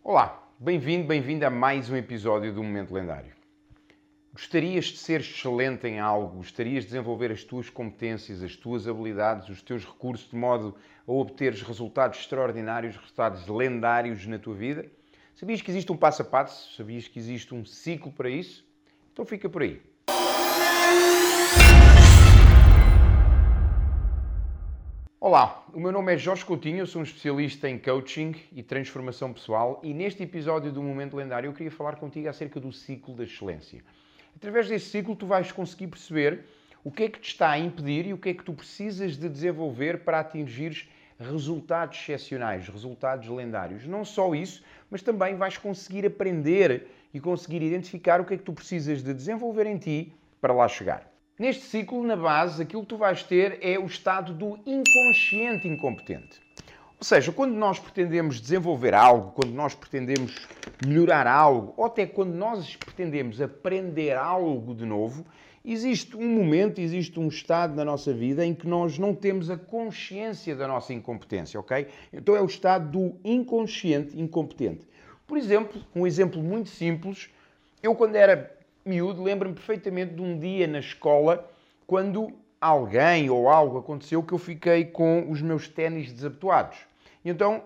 Olá, bem-vindo a mais um episódio do Momento Lendário. Gostarias de ser excelente em algo? Gostarias de desenvolver as tuas competências, as tuas habilidades, os teus recursos de modo a obteres resultados extraordinários, resultados lendários na tua vida? Sabias que existe um passo a passo? Sabias que existe um ciclo para isso? Então fica por aí. Olá, o meu nome é Jorge Coutinho, eu sou um especialista em coaching e transformação pessoal e neste episódio do Momento Lendário eu queria falar contigo acerca do ciclo da excelência. Através desse ciclo tu vais conseguir perceber o que é que te está a impedir e o que é que tu precisas de desenvolver para atingires resultados excepcionais, resultados lendários. Não só isso, mas também vais conseguir aprender e conseguir identificar o que é que tu precisas de desenvolver em ti para lá chegar. Neste ciclo, na base, aquilo que tu vais ter é o estado do inconsciente incompetente. Ou seja, quando nós pretendemos desenvolver algo, quando nós pretendemos melhorar algo, ou até quando nós pretendemos aprender algo de novo, existe um momento, existe um estado na nossa vida em que nós não temos a consciência da nossa incompetência, ok? Então é o estado do inconsciente incompetente. Por exemplo, um exemplo muito simples, eu quando era miúdo, lembro-me perfeitamente de um dia na escola, quando alguém ou algo aconteceu que eu fiquei com os meus ténis desabotoados. Então,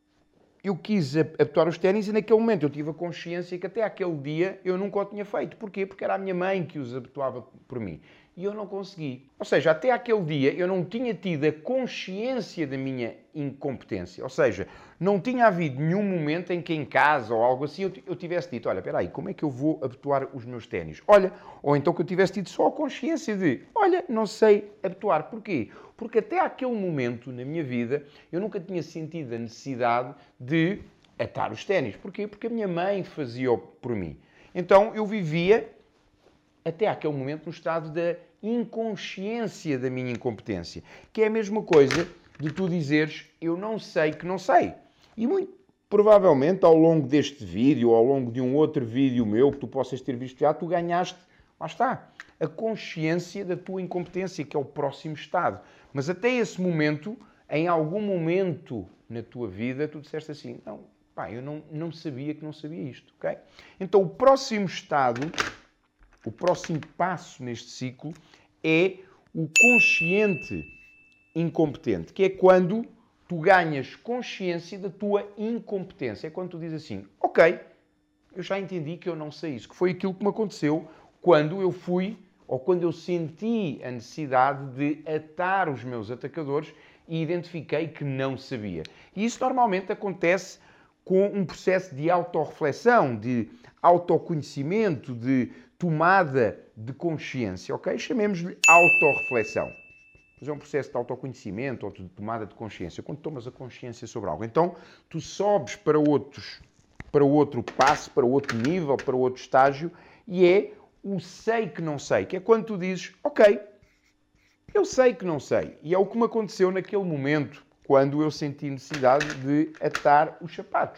eu quis abotoar os ténis e naquele momento eu tive a consciência que até aquele dia eu nunca o tinha feito. Porquê? Porque era a minha mãe que os abotoava por mim. E eu não consegui. Ou seja, até aquele dia eu não tinha tido a consciência da minha incompetência. Ou seja, não tinha havido nenhum momento em que em casa ou algo assim eu tivesse dito, olha, espera aí, como é que eu vou abotoar os meus ténis? Olha, ou então que eu tivesse tido só a consciência de, olha, não sei abotoar. Porquê? Porque até aquele momento na minha vida eu nunca tinha sentido a necessidade de atar os ténis. Porquê? Porque a minha mãe fazia-o por mim. Então eu vivia até aquele momento no estado da inconsciência da minha incompetência. Que é a mesma coisa de tu dizeres, eu não sei que não sei. E muito provavelmente ao longo deste vídeo, ou ao longo de um outro vídeo meu que tu possas ter visto já, tu ganhaste, lá está, a consciência da tua incompetência, que é o próximo estado. Mas até esse momento, em algum momento na tua vida, tu disseste assim, não, pá, eu não sabia que não sabia isto, ok? Então o próximo estado, o próximo passo neste ciclo é o consciente incompetente, que é quando tu ganhas consciência da tua incompetência. É quando tu dizes assim, ok, eu já entendi que eu não sei isso, que foi aquilo que me aconteceu quando eu fui, ou quando eu senti a necessidade de atar os meus atacadores e identifiquei que não sabia. E isso normalmente acontece com um processo de autorreflexão, de autoconhecimento, de tomada de consciência, ok? Chamemos-lhe autorreflexão. Mas é um processo de autoconhecimento ou de tomada de consciência. Quando tomas a consciência sobre algo, então tu sobes para outro passo, para outro nível, para outro estágio, e é o sei que não sei, que é quando tu dizes, ok, eu sei que não sei. E é o que me aconteceu naquele momento, quando eu senti necessidade de atar os sapatos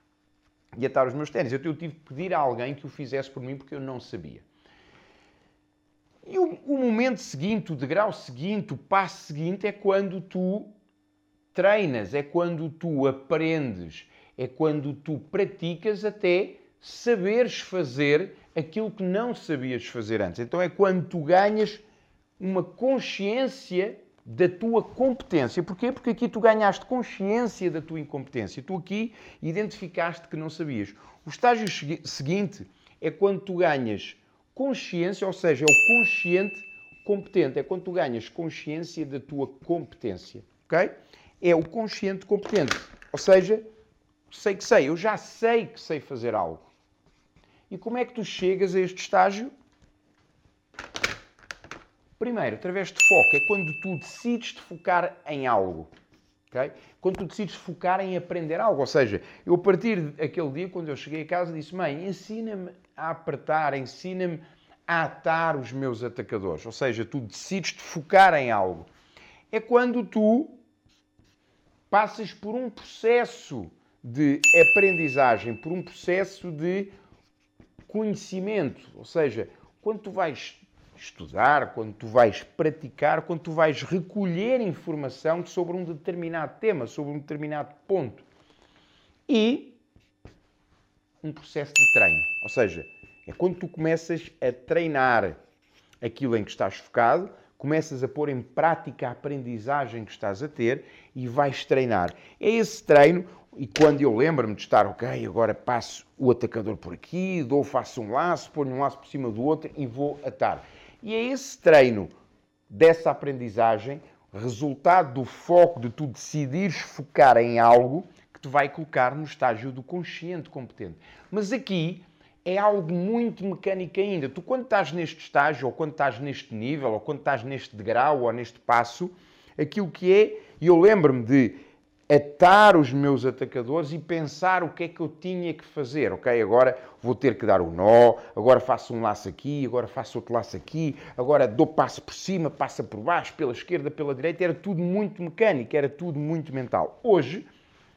e atar os meus ténis. Eu tive que pedir a alguém que o fizesse por mim porque eu não sabia. E o momento seguinte, o degrau seguinte, o passo seguinte é quando tu treinas, é quando tu aprendes, é quando tu praticas até saberes fazer aquilo que não sabias fazer antes. Então é quando tu ganhas uma consciência da tua competência. Porquê? Porque aqui tu ganhaste consciência da tua incompetência. Tu aqui identificaste que não sabias. O estágio seguinte é quando tu ganhas consciência, ou seja, é o consciente competente. É quando tu ganhas consciência da tua competência. Ok? É o consciente competente. Ou seja, sei que sei. Eu já sei que sei fazer algo. E como é que tu chegas a este estágio? Primeiro, através de foco. É quando tu decides te focar em algo. Okay? Quando tu decides focar em aprender algo. Ou seja, eu a partir daquele dia, quando eu cheguei a casa, disse, mãe, ensina-me a apertar, ensina-me a atar os meus atacadores. Ou seja, tu decides te focar em algo. É quando tu passas por um processo de aprendizagem, por um processo de conhecimento. Ou seja, quando tu vais estudar, quando tu vais praticar, quando tu vais recolher informação sobre um determinado tema, sobre um determinado ponto. E um processo de treino. Ou seja, é quando tu começas a treinar aquilo em que estás focado, começas a pôr em prática a aprendizagem que estás a ter e vais treinar. É esse treino, e quando eu lembro-me de estar, ok, agora passo o atacador por aqui, faço um laço, ponho um laço por cima do outro e vou atar. E é esse treino dessa aprendizagem, resultado do foco de tu decidires focar em algo que te vai colocar no estágio do consciente competente. Mas aqui é algo muito mecânico ainda. Tu, quando estás neste estágio, ou quando estás neste nível, ou quando estás neste degrau, ou neste passo, aquilo que é, e eu lembro-me de atar os meus atacadores e pensar o que é que eu tinha que fazer, ok? Agora vou ter que dar o nó, agora faço um laço aqui, agora faço outro laço aqui, agora dou passo por cima, passa por baixo, pela esquerda, pela direita, era tudo muito mecânico, era tudo muito mental. Hoje,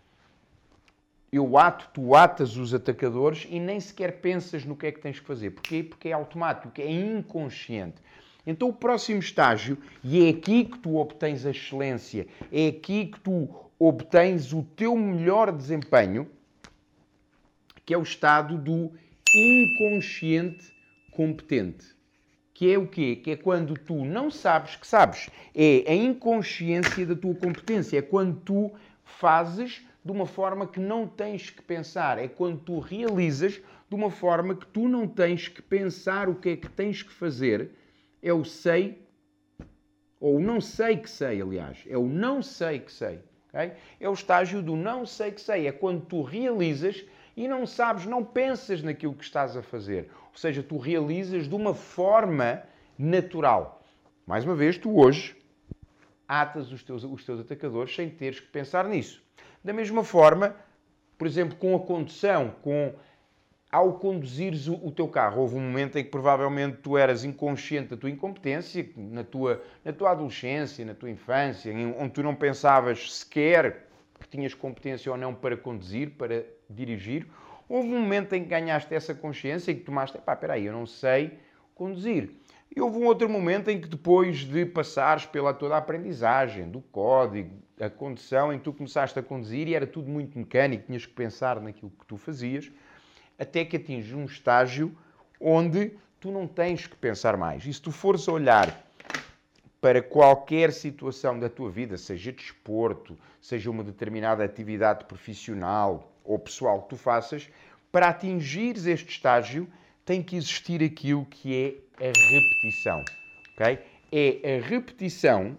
tu atas os atacadores e nem sequer pensas no que é que tens que fazer. Porquê? Porque é automático, é inconsciente. Então o próximo estágio, e é aqui que tu obtens a excelência, é aqui que tu obtens o teu melhor desempenho, que é o estado do inconsciente competente. Que é o quê? Que é quando tu não sabes que sabes. É a inconsciência da tua competência. É quando tu fazes de uma forma que não tens que pensar. É quando tu realizas de uma forma que tu não tens que pensar o que é que tens que fazer. É o sei, ou o não sei que sei, aliás. É o não sei que sei. Okay? É o estágio do não sei que sei. É quando tu realizas e não sabes, não pensas naquilo que estás a fazer. Ou seja, tu realizas de uma forma natural. Mais uma vez, tu hoje atas os teus atacadores sem teres que pensar nisso. Da mesma forma, por exemplo, com a condução, ao conduzires o teu carro, houve um momento em que provavelmente tu eras inconsciente da tua incompetência, na tua adolescência, na tua infância, onde tu não pensavas sequer que tinhas competência ou não para conduzir, para dirigir. Houve um momento em que ganhaste essa consciência e que tomaste, espera aí, eu não sei conduzir. E houve um outro momento em que depois de passares pela toda a aprendizagem, do código, a condução, em que tu começaste a conduzir e era tudo muito mecânico, tinhas que pensar naquilo que tu fazias, até que atinges um estágio onde tu não tens que pensar mais. E se tu fores olhar para qualquer situação da tua vida, seja desporto, seja uma determinada atividade profissional ou pessoal que tu faças, para atingires este estágio tem que existir aquilo que é a repetição. Okay? É a repetição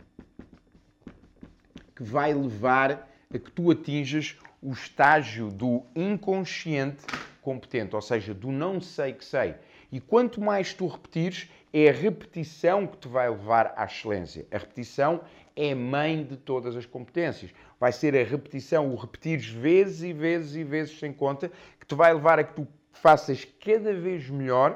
que vai levar a que tu atinjas o estágio do inconsciente competente, ou seja, do não sei que sei. E quanto mais tu repetires, é a repetição que te vai levar à excelência. A repetição é a mãe de todas as competências. Vai ser a repetição, o repetires vezes e vezes e vezes sem conta, que te vai levar a que tu faças cada vez melhor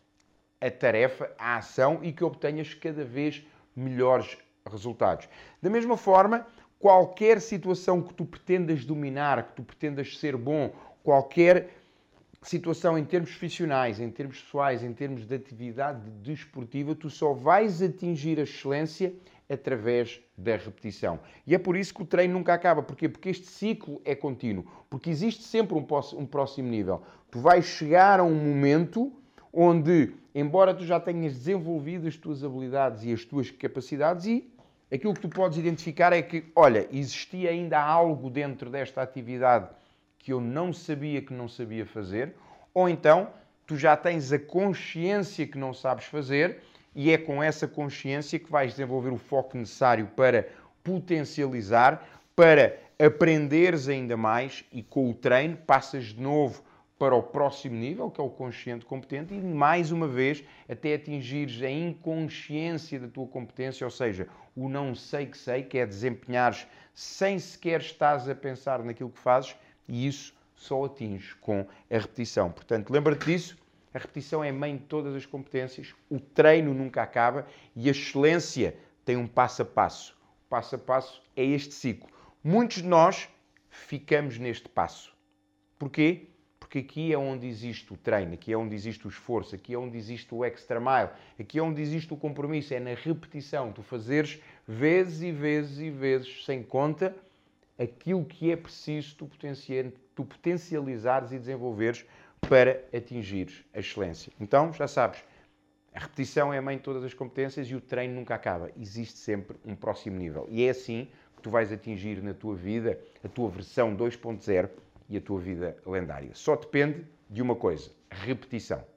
a tarefa, a ação e que obtenhas cada vez melhores resultados. Da mesma forma, qualquer situação que tu pretendas dominar, que tu pretendas ser bom, qualquer situação em termos profissionais, em termos pessoais, em termos de atividade desportiva, tu só vais atingir a excelência através da repetição. E é por isso que o treino nunca acaba. Porquê? Porque este ciclo é contínuo. Porque existe sempre um próximo nível. Tu vais chegar a um momento onde, embora tu já tenhas desenvolvido as tuas habilidades e as tuas capacidades, e aquilo que tu podes identificar é que, olha, existia ainda algo dentro desta atividade que eu não sabia que não sabia fazer, ou então tu já tens a consciência que não sabes fazer e é com essa consciência que vais desenvolver o foco necessário para potencializar, para aprenderes ainda mais e com o treino passas de novo para o próximo nível, que é o consciente competente, e mais uma vez até atingires a inconsciência da tua competência, ou seja, o não sei, que é desempenhares sem sequer estares a pensar naquilo que fazes, e isso só atinges com a repetição. Portanto, lembra-te disso, a repetição é a mãe de todas as competências, o treino nunca acaba e a excelência tem um passo a passo. O passo a passo é este ciclo. Muitos de nós ficamos neste passo. Porquê? Porque aqui é onde existe o treino, aqui é onde existe o esforço, aqui é onde existe o extra mile, aqui é onde existe o compromisso, é na repetição, tu fazeres vezes e vezes e vezes sem conta, aquilo que é preciso tu potencializares e desenvolveres para atingires a excelência. Então, já sabes, a repetição é a mãe de todas as competências e o treino nunca acaba. Existe sempre um próximo nível. E é assim que tu vais atingir na tua vida a tua versão 2.0 e a tua vida lendária. Só depende de uma coisa: repetição.